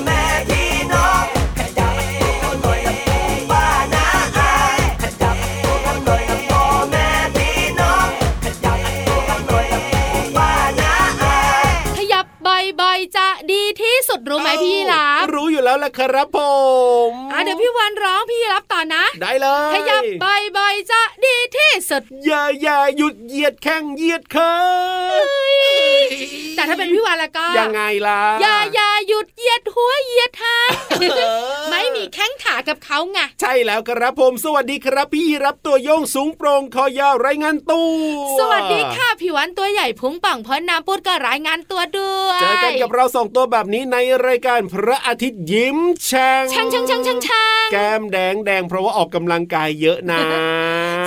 แม่พี่น้องขยับตัวหน่อยนะปู่ป้าน้าอาขยับตัวกันหน่อยนะพ่อแม่พี่น้องขยับตัวกันหน่อยนะปู่ป้าน้าอาขยับบ่อยๆจะดีที่สุดรู้ไหมพี่รับรู้อยู่แล้วแหละครับผมเดี๋ยวพี่วันร้องพี่รับต่อนะได้เลยขยับบ่อยๆจะดีที่สุดอย่าหยุดเหยียดแข้งเหยียดขาแต่ถ้าเป็นพี่วันแล้วก็ยังไงล่ะอย่าหยุดเหยียดหัวเหยียดหางไม่มีแข้งขากับเขาไงใช่แล้วครับผมสวัสดีครับพี่รับตัวโยงสูงโปร่งคอยาวรายงานตัวสวัสดีค่ะพี่วันตัวใหญ่พุงป่องพ้นน้ำปุดก็รายงานตัวด้วยเจอกันกับเรา2ตัวแบบนี้ในรายการพระอาทิตย์ยิ้มแฉ่งแก้มแดงเพราะว่าออกกำลังกายเยอะนะ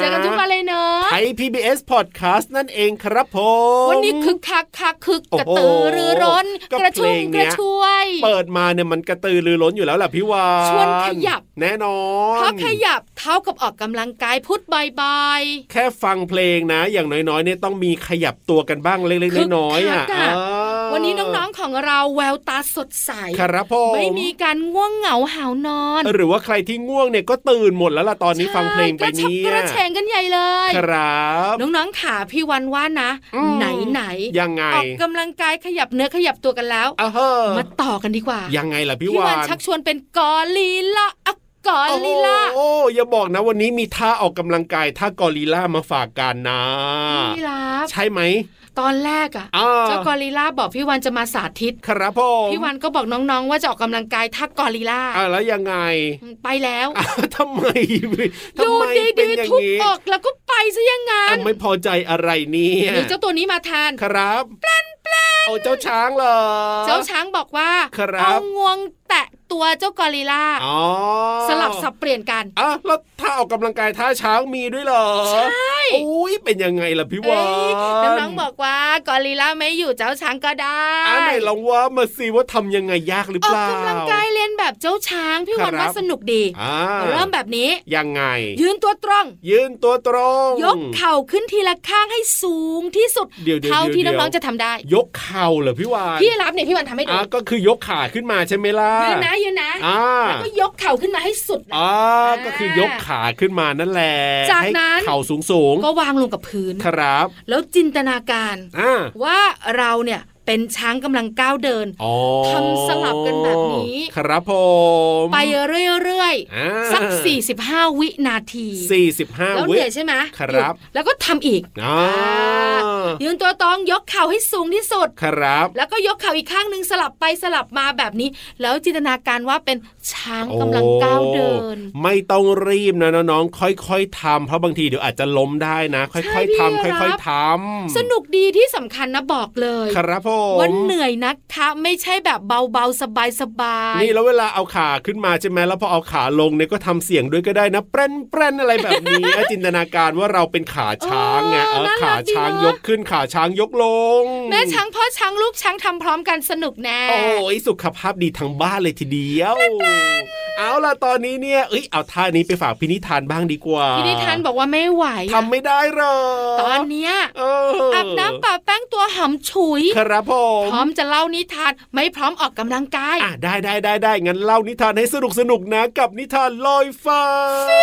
จอกันทุกวันเลยเนอะไทย PBS Podcast นั่นเองครับผมวันนี้คึกคักคึกกระตือรือร้นกระชุ่มกระชวยเปิดมาเนี่ยมันกระตือรือร้นอยู่แล้วแหละพี่วานชวนขยับแน่นอนเพราะขยับเท่ากับออกกำลังกายพุทธบ่อยๆแค่ฟังเพลงนะอย่างน้อยๆเนี่ยต้องมีขยับตัวกันบ้างเล็กๆน้อยๆวันนี้น้องๆของเราแววตาสดใสครับผมไม่มีการง่วงเหงาหาวนอนหรือว่าใครที่ง่วงเนี่ยก็ตื่นหมดแล้วล่ะตอนนี้ฟังเพลงไปเนี่ยกระเฉงกันใหญ่เลยครับน้องๆขาพี่วันว่านะไหนยังไงออกกำลังกายขยับเนื้อขยับตัวกันแล้วมาต่อกันดีกว่ายังไงล่ะพี่วันชักชวนเป็นกอริลลากอริลลาโอ้อย่าบอกนะวันนี้มีท่าออกกำลังกายท่ากอริลลามาฝากกันนะใช่ไหมตอนแรกเจ้ากอริลลาบอกพี่วันจะมาสาธิตครับผมพี่วันก็บอกน้องๆว่าจะออกกำลังกายท่ากอริลลาแล้วยังไงไปแล้วทำไมดีๆทุบอก แล้วก็ไปซะยังงั้นไม่พอใจอะไรเนี่ยมีเจ้าตัวนี้มาแทนครับแปลนโอ้เจ้าช้างเหรอเจ้าช้างบอกว่าเอางวงแตะตัวเจ้ากอริลลาสลับสับเปลี่ยนกันแล้วถ้าออกกำลังกายท่าช้างมีด้วยเหรอใช่โอ้ยเป็นยังไงล่ะพี่วานน้องๆบอกว่ากอริลลาไม่อยู่เจ้าช้างก็ได้ไหนลองว่ามาสิว่าทำยังไงยากหรือเปล่าออกกำลังกายเล่นแบบเจ้าช้างพี่วานว่าสนุกดีเริ่มแบบนี้ยังไงยืนตัวตรงยกเข่าขึ้นทีละข้างให้สูงที่สุดเท่าที่น้องๆจะทำได้ยกเข่าเหรอพี่วานพี่รับเนี่ยพี่วานทำให้ดูก็คือยกขาขึ้นมาใช่ไหมล่ะยืนนะแล้วก็ยกเข่าขึ้นมาให้สุดก็คือยกขาขึ้นมานั่นแหละจากนั้นเข่าสูงก็วางลงกับพื้นครับแล้วจินตนาการว่าเราเนี่ยเป็นช้างกำลังก้าวเดินทำสลับกันแบบนี้ครับผมไปเรื่อยๆสัก45วินาที 45 แล้วเหนื่อยใช่ไหมครับแล้วก็ทำอีกยืนตัวตรงยกเข่าให้สูงที่สุดครับแล้วก็ยกเข่าอีกข้างนึงสลับไปสลับมาแบบนี้แล้วจินตนาการว่าเป็นช้างกำลังก้าวเดินไม่ต้องรีบนะน้องๆค่อยๆทำเพราะบางทีเดี๋ยวอาจจะล้มได้นะค่อยๆทำค่อยๆทำสนุกดีที่สำคัญนะบอกเลยครับวันเหนื่อยนะคะไม่ใช่แบบเบาๆสบายๆนี่แล้วเวลาเอาขาขึ้นมาใช่ไหมแล้วพอเอาขาลงเนี่ยก็ทำเสียงด้วยก็ได้นะแปรนอะไรแบบนี้ จินตนาการว่าเราเป็นขาช้างไงขาช้างยกขึ้นขาช้างยกลงแม่ช้างพ่อช้างลูกช้างทำพร้อมกันสนุกแน่โอ้ยสุขภาพดีทั้งบ้านเลยทีเดียวเอาล่ะตอนนี้เนี่ยเอาท่านี้ไปฝากพี่นิทานบ้างดีกว่าพี่นิทานบอกว่าไม่ไหวทำไม่ได้หรอตอนเนี้ยอาบน้ำปะแป้งตัวหอมฉุยครับผมพร้อมจะเล่านิทานไม่พร้อมออกกำลังกายได้งั้นเล่านิทานให้สนุกนะกับนิทานลอยฟ้า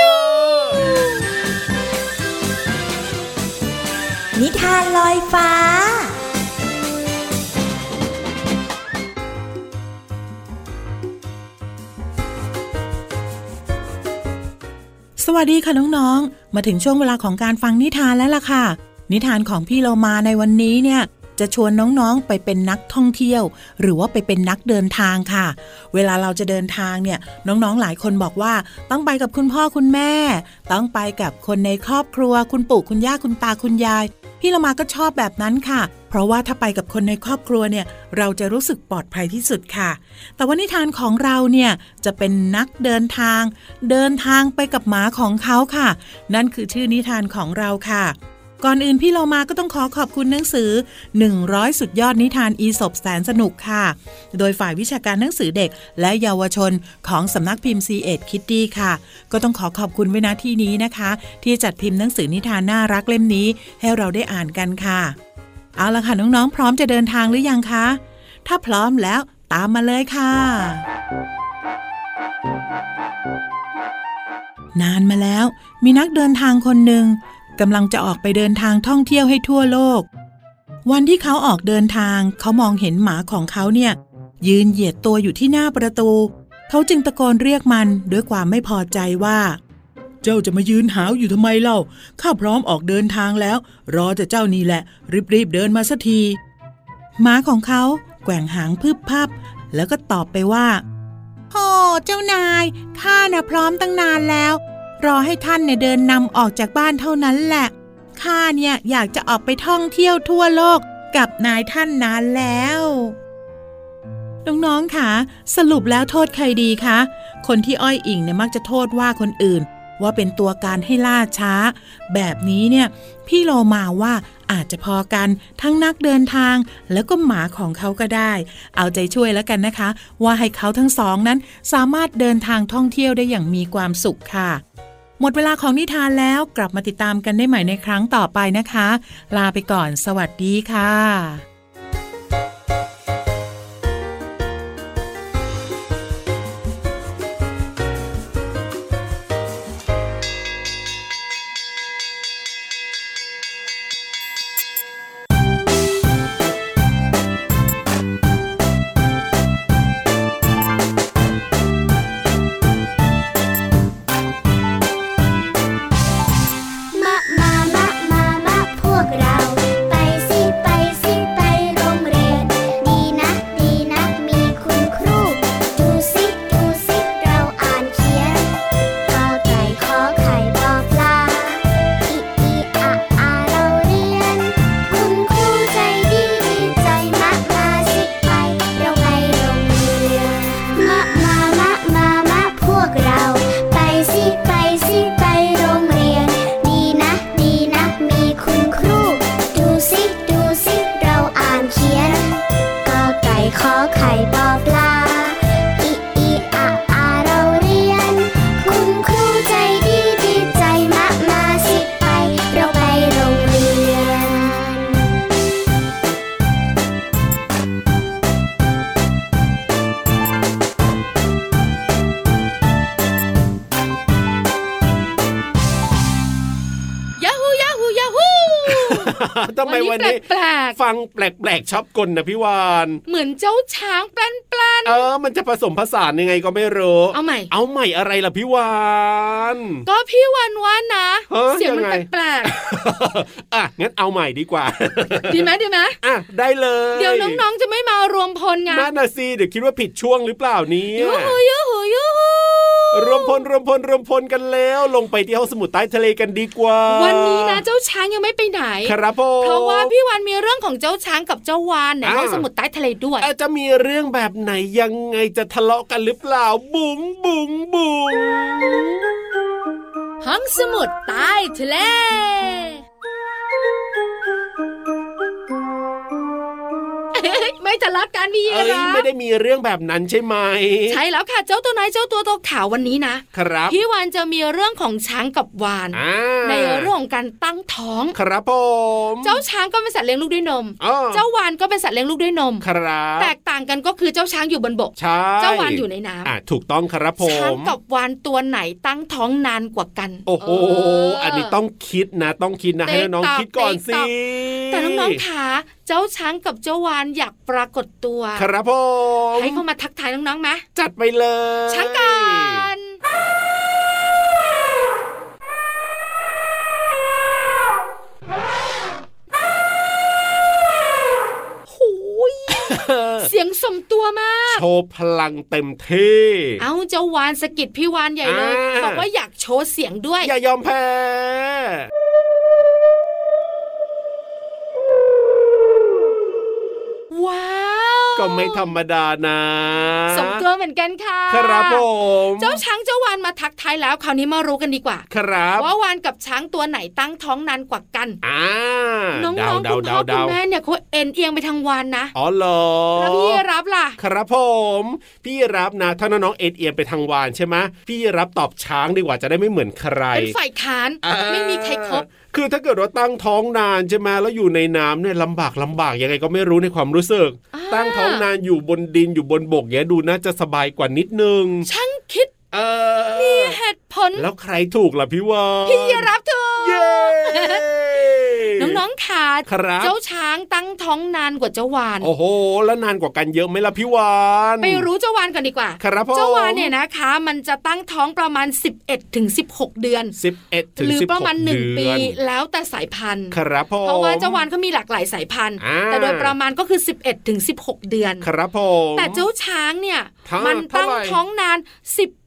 นิทานลอยฟ้าสวัสดีค่ะน้องๆมาถึงช่วงเวลาของการฟังนิทานแล้วล่ะค่ะนิทานของพี่เรามาในวันนี้เนี่ยจะชวนน้องๆไปเป็นนักท่องเที่ยวหรือว่าไปเป็นนักเดินทางค่ะเวลาเราจะเดินทางเนี่ยน้องๆหลายคนบอกว่าต้องไปกับคุณพ่อคุณแม่ต้องไปกับคนในครอบครัวคุณปู่คุณย่าคุณตาคุณยายพี่เรามาก็ชอบแบบนั้นค่ะเพราะว่าถ้าไปกับคนในครอบครัวเนี่ยเราจะรู้สึกปลอดภัยที่สุดค่ะแต่ว่านิทานของเราเนี่ยจะเป็นนักเดินทางไปกับหมาของเขาค่ะนั่นคือชื่อนิทานของเราค่ะก่อนอื่นพี่เรามาก็ต้องขอบคุณหนังสือ100สุดยอดนิทานอีสปแสนสนุกค่ะโดยฝ่ายวิชาการหนังสือเด็กและเยาวชนของสำนักพิมพ์ C.Ed Kids ค่ะก็ต้องขอบคุณไว้ณที่นี้นะคะที่จัดพิมพ์หนังสือนิทานน่ารักเล่มนี้ให้เราได้อ่านกันค่ะเอาล่ะค่ะน้องๆพร้อมจะเดินทางหรือยังคะถ้าพร้อมแล้วตามมาเลยค่ะนานมาแล้วมีนักเดินทางคนหนึ่งกำลังจะออกไปเดินทางท่องเที่ยวให้ทั่วโลกวันที่เขาออกเดินทางเขามองเห็นหมาของเขาเนี่ยยืนเหยียดตัวอยู่ที่หน้าประตูเขาจึงตะโกนเรียกมันด้วยความไม่พอใจว่าเจ้าจะมายืนหาวอยู่ทำไมเล่าข้าพร้อมออกเดินทางแล้วรอแต่เจ้านี่แหละรีบเดินมาสักทีหมาของเขาแกว่งหางพึบพับแล้วก็ตอบไปว่าโอ้เจ้านายข้าน่ะพร้อมตั้งนานแล้วรอให้ท่านเนี่ยเดินนำออกจากบ้านเท่านั้นแหละข้าเนี่ยอยากจะออกไปท่องเที่ยวทั่วโลกกับนายท่านนานแล้วน้องๆค่ะสรุปแล้วโทษใครดีคะคนที่อ้อยอิงเนี่ยมักจะโทษว่าคนอื่นว่าเป็นตัวการให้ล่าช้าแบบนี้เนี่ยพี่โลมาว่าอาจจะพอกันทั้งนักเดินทางแล้วก็หมาของเขาก็ได้เอาใจช่วยแล้วกันนะคะว่าให้เขาทั้งสองนั้นสามารถเดินทางท่องเที่ยวได้อย่างมีความสุขค่ะหมดเวลาของนิทานแล้วกลับมาติดตามกันได้ใหม่ในครั้งต่อไปนะคะลาไปก่อนสวัสดีค่ะทำไมวันนี้ฟังแปลกๆชอบกลนะพี่วานเหมือนเจ้าช้างแปลนมันจะผสมผสานยังไงก็ไม่รู้เอาใหม่อะไรล่ะพี่วานก็พี่วานว่านะเสียงมันแปลกงั้นเอาใหม่ดีกว่าดีไหมได้เลยเดี๋ยวน้องๆจะไม่มารวมพลไงนั่นน่ะสิเดี๋ยวคิดว่าผิดช่วงหรือเปล่านี้ยูหูรวมพลกันแล้วลงไปที่ห้องสมุดใต้ทะเลกันดีกว่าวันนี้นะเจ้าช้างยังไม่ไปไหนครับผมเพราะว่าพี่วานมีเรื่องของเจ้าช้างกับเจ้าวานในห้องสมุดใต้ทะเลด้วยจะมีเรื่องแบบไหนยังไงจะทะเลาะกันหรือเปล่าบุ๋งห้องสมุดใต้ทะเลไม่ทะเลาะกันพี่รับไม่ได้มีเรื่องแบบนั้นใช่ไหมใช่แล้วค่ะเจ้าตัวน้อยเจ้าตัวโตขาววันนี้นะครับพี่วานจะมีเรื่องของช้างกับวานในเรื่องของการตั้งท้องครับผมเจ้าช้างก็เป็นสัตว์เลี้ยงลูกด้วยนมเจ้าวานก็เป็นสัตว์เลี้ยงลูกด้วยนมครับแตกต่างกันก็คือเจ้าช้างอยู่บนบกเจ้าวานอยู่ในน้ำถูกต้องครับผมช้างกับวานตัวไหนตั้งท้องนานกว่ากันโอ้โหอันนี้ต้องคิดนะให้น้องคิดก่อนสิแต่น้องๆค่ะเจ้าช้างกับเจ้าวานอยากปรากฏตัวครับผมให้เขามาทักทายน้องๆไหมจัดไปเลยช้างกันเสียงสมตัวมากโชว์พลังเต็มที่เอาเจ้าวานสะกิดพี่วานใหญ่เลยบอกว่าอยากโชว์เสียงด้วยอย่ายอมแพ้ว้าวก็ไม่ธรรมดานะสมตัวเหมือนกันค่ะครับผมเจ้าช้างเจ้าวานมาทักทายแล้วคราวนี้มารู้กันดีกว่าครับว่าวานกับช้างตัวไหนตั้งท้องนานกว่ากันน้องๆคุณพ่อคุณแม่เนี่ยเขาเอ็นเอียงไปทางวานนะอ๋อเหรอแล้วพี่รับล่ะครับผมพี่รับนะถ้าน้องๆเอ็นเอียงไปทางวานใช่ไหมพี่รับตอบช้างดีกว่าจะได้ไม่เหมือนใครเป็นฝ่ายค้านไม่มีใครครบคือถ้าเกิดว่าตั้งท้องนานใช่ไหมแล้วอยู่ในน้ำเนี่ยลำบากยังไงก็ไม่รู้ในความรู้สึกตั้งท้องนานอยู่บนดินอยู่บนบกเนี่ยดูน่าจะสบายกว่านิดนึงช่างคิดมีเหตุผลแล้วใครถูกล่ะพี่วานพี่รับถูกเย้น้องๆค่ะเจ้าช้างตั้งท้องนานกว่าเจ้าวานโอ้โหแล้วนานกว่ากันเยอะไหมล่ะพี่วานไปรู้เจ้าวานกันดีกว่าเจ้าวานเนี่ยนะคะมันจะตั้งท้องประมาณ11 ถึง 16 เดือน 11 ถึง 16 หรือประมาณ1 ปีแล้วแต่สายพันธุ์เพราะว่าเจ้าวานเขามีหลากหลายสายพันธุ์แต่โดยประมาณก็คือ11 ถึง 16 เดือนครับผมแต่เจ้าช้างเนี่ยมันตั้งท้องนาน18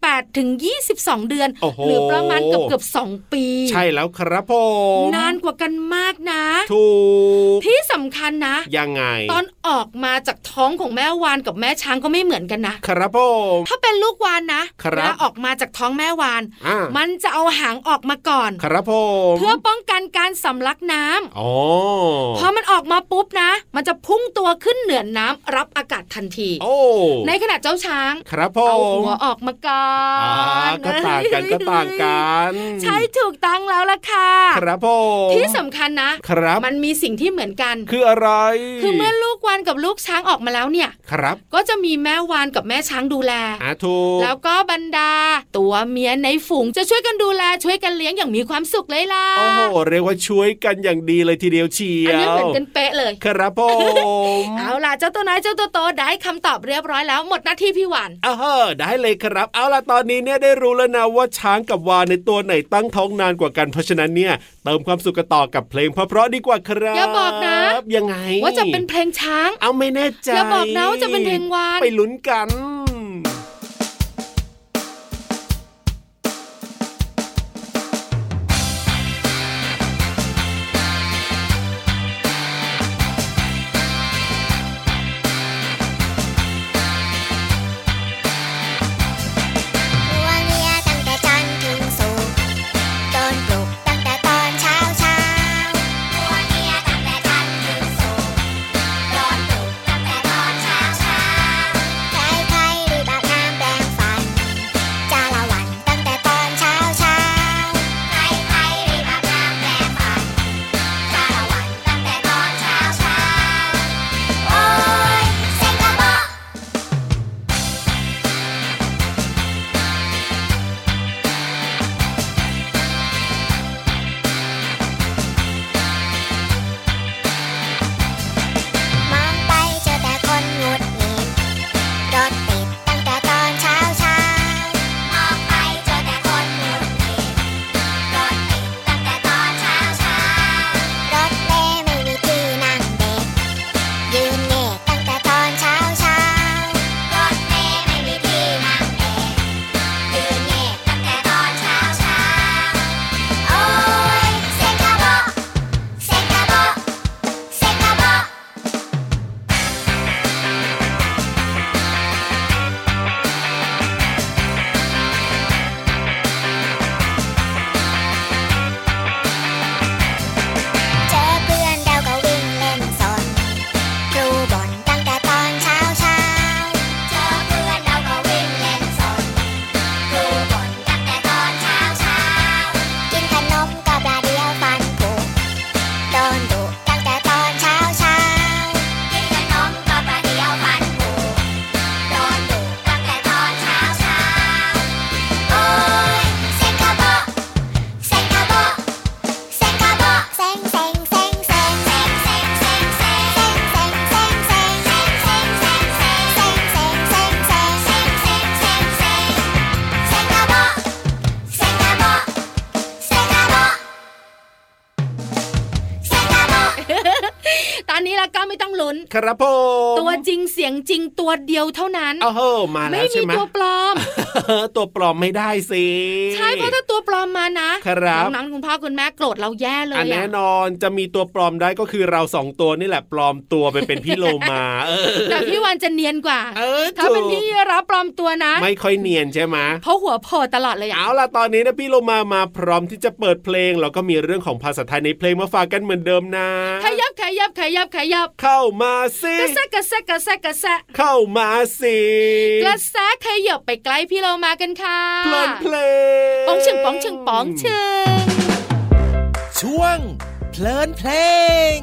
18ถึง22เดือนหรือประมาณเกือบ2ปีใช่แล้วครับผมนานกว่ากันมากนะถูกที่สำคัญนะยังไงตอนออกมาจากท้องของแม่วานกับแม่ช้างก็ไม่เหมือนกันนะครับผมถ้าเป็นลูกวานนะเวลาออกมาจากท้องแม่วานมันจะเอาหางออกมาก่อนครับผมเพื่อป้องกันการสำลักน้ำพอมันออกมาปุ๊บนะมันจะพุ่งตัวขึ้นเหนือน้ำรับอากาศทันทีในขณะเจ้าช้างครับผมเอาหัวออกมาก่อนก็ต่างกันก็ต่างกันใช่ถูกต้องแล้วล่ะค่ะครับผมที่สำคัญนะครับมันมีสิ่งที่เหมือนกันคืออะไรคือเมื่อลูกวานกับลูกช้างออกมาแล้วเนี่ยครับก็จะมีแม่วานกับแม่ช้างดูแลถูกแล้วก็บรรดาตัวเมียในฝูงจะช่วยกันดูแลช่วยกันเลี้ยงอย่างมีความสุขเลยล่ะโอ้โหเรียกว่าช่วยกันอย่างดีเลยทีเดียวเชียวอันนี้เหมือนกันเป๊ะเลยครับผมเอาล่ะเจ้าตัวน้อยเจ้าตัวโตได้คำตอบเรียบร้อยแล้วหมดหน้าที่พี่วานได้เลยครับเอาล่ะตอนนี้เนี่ยได้รู้แล้วนะว่าช้างกับวานในตัวไหนตั้งท้องนานกว่ากันเพราะฉะนั้นเนี่ยเติมความสุขกันต่อกับเพลงเพราะๆดีกว่าครับอย่าบอกนะยังไงว่าจะเป็นเพลงช้างเอาไม่แน่ใจอย่าบอกนะว่าจะเป็นเพลงวานไปลุ้นกันครับผมตัวจริงเสียงจริงตัวเดียวเท่านั้นมาแล้วใช่ไหมไม่มีตัวปลอมตัวปลอมไม่ได้สิใช่เพราะถ้าตัวปลอมมานะครับน้องๆคุณพ่อคุณแม่โกรธเราแย่เลยแน่นอนจะมีตัวปลอมได้ก็คือเรา2ตัวนี่แหละปลอมตัวไปเป็นพี่โลมาแต่พี่วานจะเนียนกว่าถ้าเป็นพี่รับปลอมตัวนะไม่ค่อยเนียนใช่ไหมเพราะหัวโผล่ตลอดเลยเอาล่ะตอนนี้นะพี่โลมาพร้อมที่จะเปิดเพลงแล้วก็มีเรื่องของภาษาไทยในเพลงมาฝากกันเหมือนเดิมนะขยับเข้ามาสิกระแซะเข้ามาสิกระแซะขยับไปใกล้พี่โลมากันค่ะเพลงป๋องชึงช่วงเพลินเพลง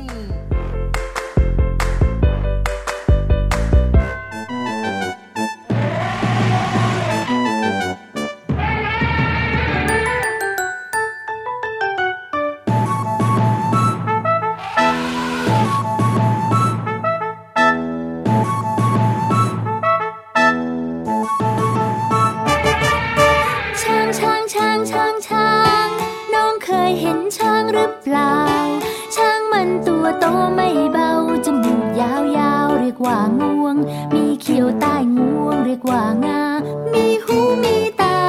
ว่างวงมีเขียวใต้งวงเรียกว่างามีหูมีตา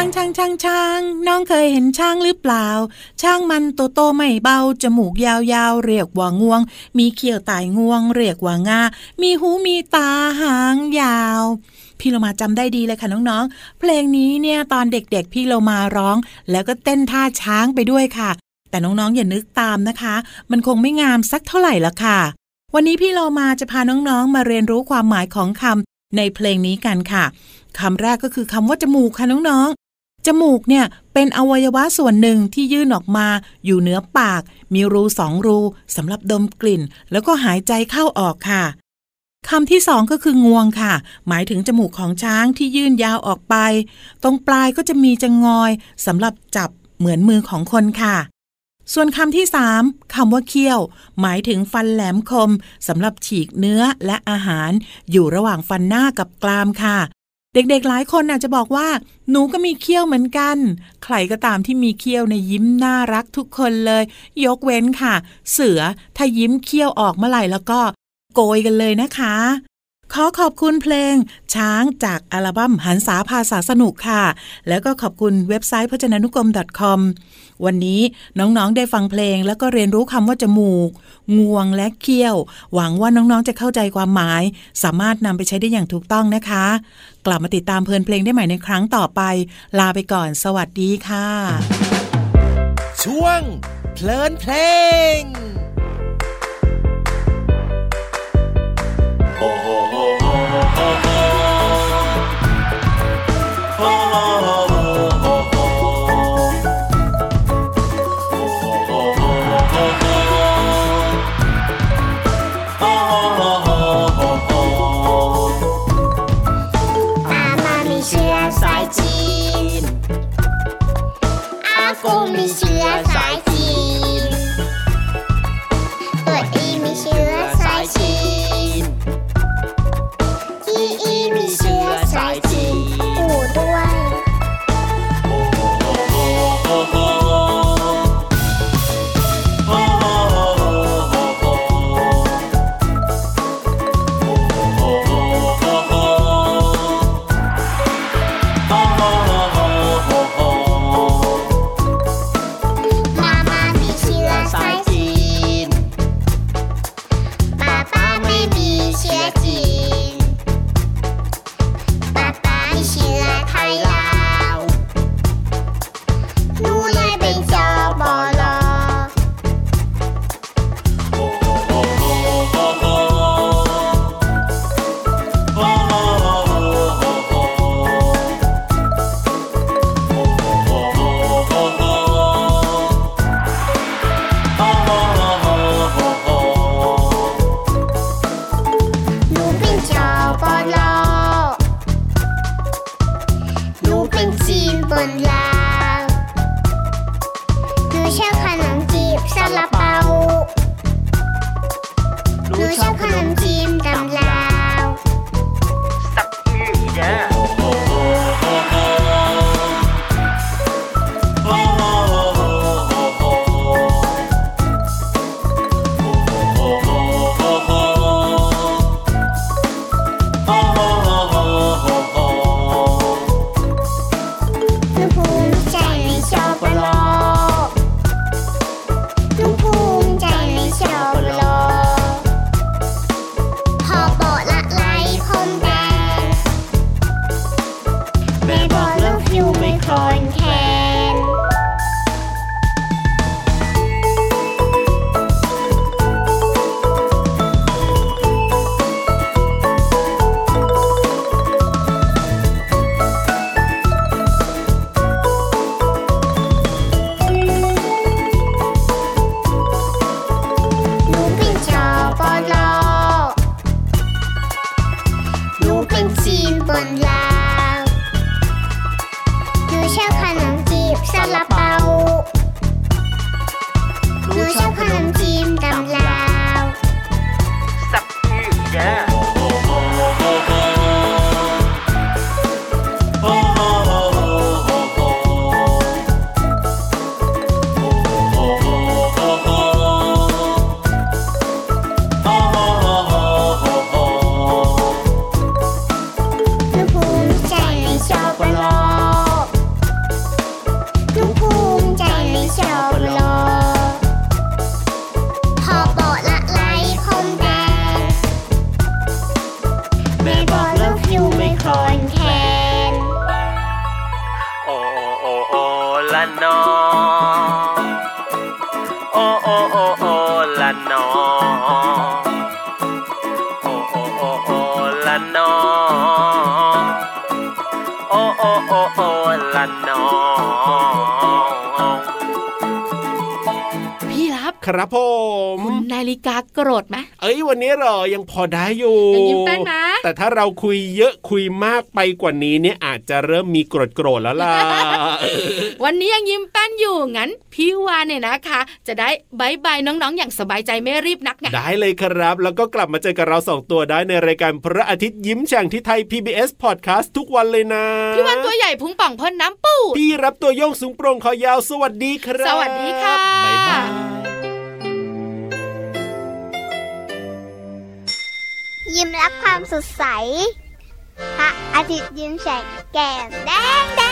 น้องเคยเห็นช้างหรือเปล่าช้างมันโตไม่เบาจมูกยาวๆเรียกว่างวงมีเขี้ยวไต่งวงเรียกว่างามีหูมีตาหางยาวพี่เรามาจำได้ดีเลยค่ะน้องๆเพลงนี้เนี่ยตอนเด็กๆพี่เรามาร้องแล้วก็เต้นท่าช้างไปด้วยค่ะแต่น้องๆอย่านึกตามนะคะมันคงไม่งามสักเท่าไหร่ละค่ะวันนี้พี่เรามาจะพาน้องๆมาเรียนรู้ความหมายของคำในเพลงนี้กันค่ะคำแรกก็คือคำว่าจมูกค่ะน้องๆจมูกเนี่ยเป็นอวัยวะส่วนหนึ่งที่ยื่นออกมาอยู่เหนือปากมีรู2 รูสำหรับดมกลิ่นแล้วก็หายใจเข้าออกค่ะคำที่2ก็คืองวงค่ะหมายถึงจมูกของช้างที่ยื่นยาวออกไปตรงปลายก็จะมีจะงอยสำหรับจับเหมือนมือของคนค่ะส่วนคำที่3คำว่าเขี้ยวหมายถึงฟันแหลมคมสำหรับฉีกเนื้อและอาหารอยู่ระหว่างฟันหน้ากับกรามค่ะเด็กๆหลายคนอาจจะบอกว่าหนูก็มีเขี้ยวเหมือนกันใครก็ตามที่มีเขี้ยวในยิ้มน่ารักทุกคนเลยยกเว้นค่ะเสือถ้ายิ้มเขี้ยวออกเมื่อไหร่แล้วก็โกยกันเลยนะคะขอบคุณเพลงช้างจากอัลบั้มหันษาภาษาสนุกค่ะแล้วก็ขอบคุณเว็บไซต์พจนานุกรม .com วันนี้น้องๆได้ฟังเพลงแล้วก็เรียนรู้คำว่าจมูกงวงและเขี้ยวหวังว่าน้องๆจะเข้าใจความหมายสามารถนำไปใช้ได้อย่างถูกต้องนะคะกลับมาติดตามเพลินเพลงได้ใหม่ในครั้งต่อไปลาไปก่อนสวัสดีค่ะช่วงเพลินเพลงมีเชื้อสายจีนตัวอีมีเชื้อสายจีนอีมีเชื้อสายจีนปู่ด้วยภูนอโอโอโอโอละนอโอโอโอโอละนอโอโอโอโอละนอพี่รับครับผมคุณนาฬิกาโกรธไหมวันนี้เหรอยังพอได้อยู่ยังยิ้มแป้นไหมแต่ถ้าเราคุยเยอะคุยมากไปกว่านี้เนี่ยอาจจะเริ่มมีโกรธแล้วล่ะวันนี้ยังยิ้มแป้นอยู่งั้นพี่วานเนี่ยนะคะจะได้บายบายน้องๆอย่างสบายใจไม่รีบนักไงได้เลยครับแล้วก็กลับมาเจอกับเรา2ตัวได้ในรายการพระอาทิตย์ยิ้มแฉ่งที่ไทย PBS Podcast ทุกวันเลยนะพี่วานตัวใหญ่พุงป่องพ่นน้ำปูพี่รับตัวโยงสูงโปร่งคอยาวสวัสดีครับสวัสดีค่ะบ๊ายบายยิ้มรับความสดใสพระอาทิตย์ยิ้มแฉกแก้มแดง